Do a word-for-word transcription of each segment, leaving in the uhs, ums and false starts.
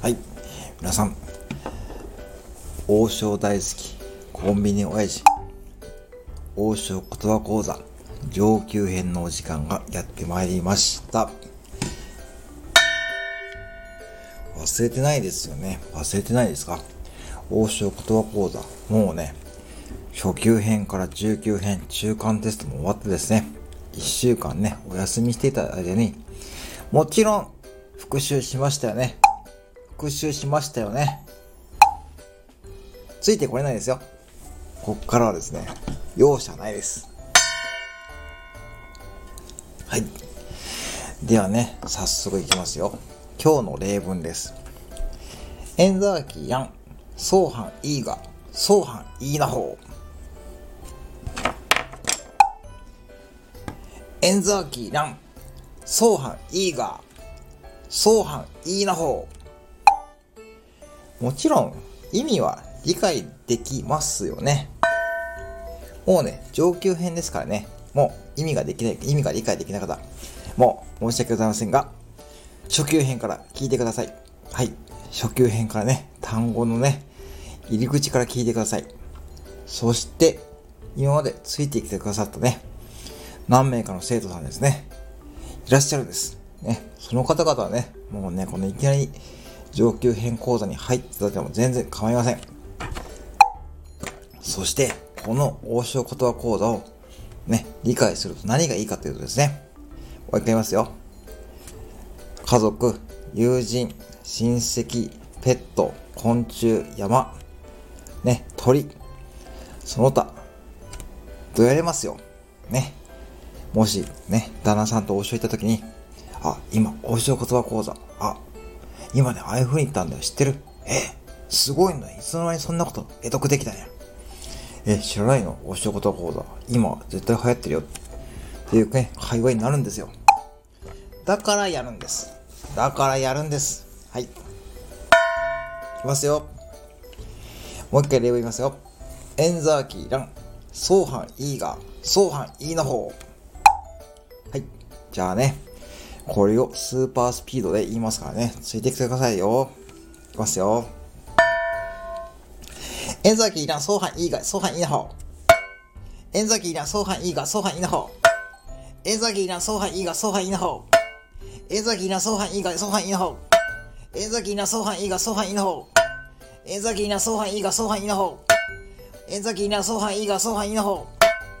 はい、皆さん、王将大好きコンビニ親父王将言葉講座上級編のお時間がやってまいりました。忘れてないですよね。忘れてないですか？王将言葉講座、もうね、初級編から中級編、中間テストも終わってですね、いっしゅうかんね、お休みしていた間に、もちろん復習しましたよね。復習しましたよね。ついてこれないですよ。こっからはですね、容赦ないです。はい。ではね、早速いきますよ。今日の例文です。エンザーキヤン、ソーハンイーガ、ソーハンイーナホー。エンザーキヤン、ソーハンイーガ、ソーハンイーナホー。もちろん意味は理解できますよね。もうね、上級編ですからね、もう意味ができない、意味が理解できない方、もう申し訳ございませんが、初級編から聞いてください。はい。初級編からね、単語のね、入り口から聞いてください。そして、今までついてきてくださったね、何名かの生徒さんですね、いらっしゃるんです。ね、その方々はね、もうね、このいきなり上級編講座に入っていただいても全然構いません。そして、この王将言葉講座をね、理解すると何がいいかというとですね、もう一回言いますよ。家族、友人、親戚、ペット、昆虫、山、ね、鳥、その他、とやれますよ。ね。もし、ね、旦那さんと王将行った時に、あ、今、王将言葉講座、あ、今ね、ああいう風に言ったんだよ、知ってる？え、すごいんだ。いつの間にそんなこと得得できたんや。え、知らないの？王将言葉講座。今、絶対流行ってるよ。っていうね、会話になるんですよ。だからやるんです。だからやるんです。はい。いきますよ。もう一回例文言いますよ。エンザーキーラン、ソーハンイーガー、ソーハンイーナホー。はい。じゃあね、これをスーパースピードで言いますからね。ついてきてくださいよ。いきますよ。エンザーキーラン、ソーハンイーガー、ソーハンイーナホー。エンザーキーラン、ソーハンイーガー、ソーハンイーナホー。エンザーキーラン、ソーハンイーガー、ソーハンイーナホー。エンザーキーラン、ソーハンイーガー、ソーハンイーナホー。エンザーキーラン、ソーハンイーガー、ソーハンイーナホー。エンザーキーラン、ソーハンイーガー、ソーハンイーナホー。エンザーキーラン、ソーハンイーガー、ソーハンイーナホー。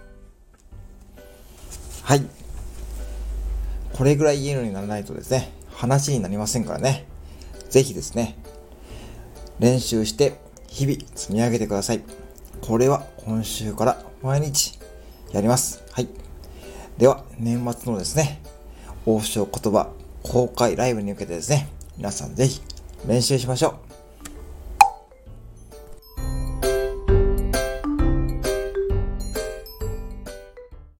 はい。これぐらい言えるようにならないとですね、話になりませんからね。ぜひですね、練習して日々積み上げてください。これは今週から毎日やります。はい。では、年末のですね、王将言葉公開ライブに向けてですね、皆さんぜひ練習しましょう。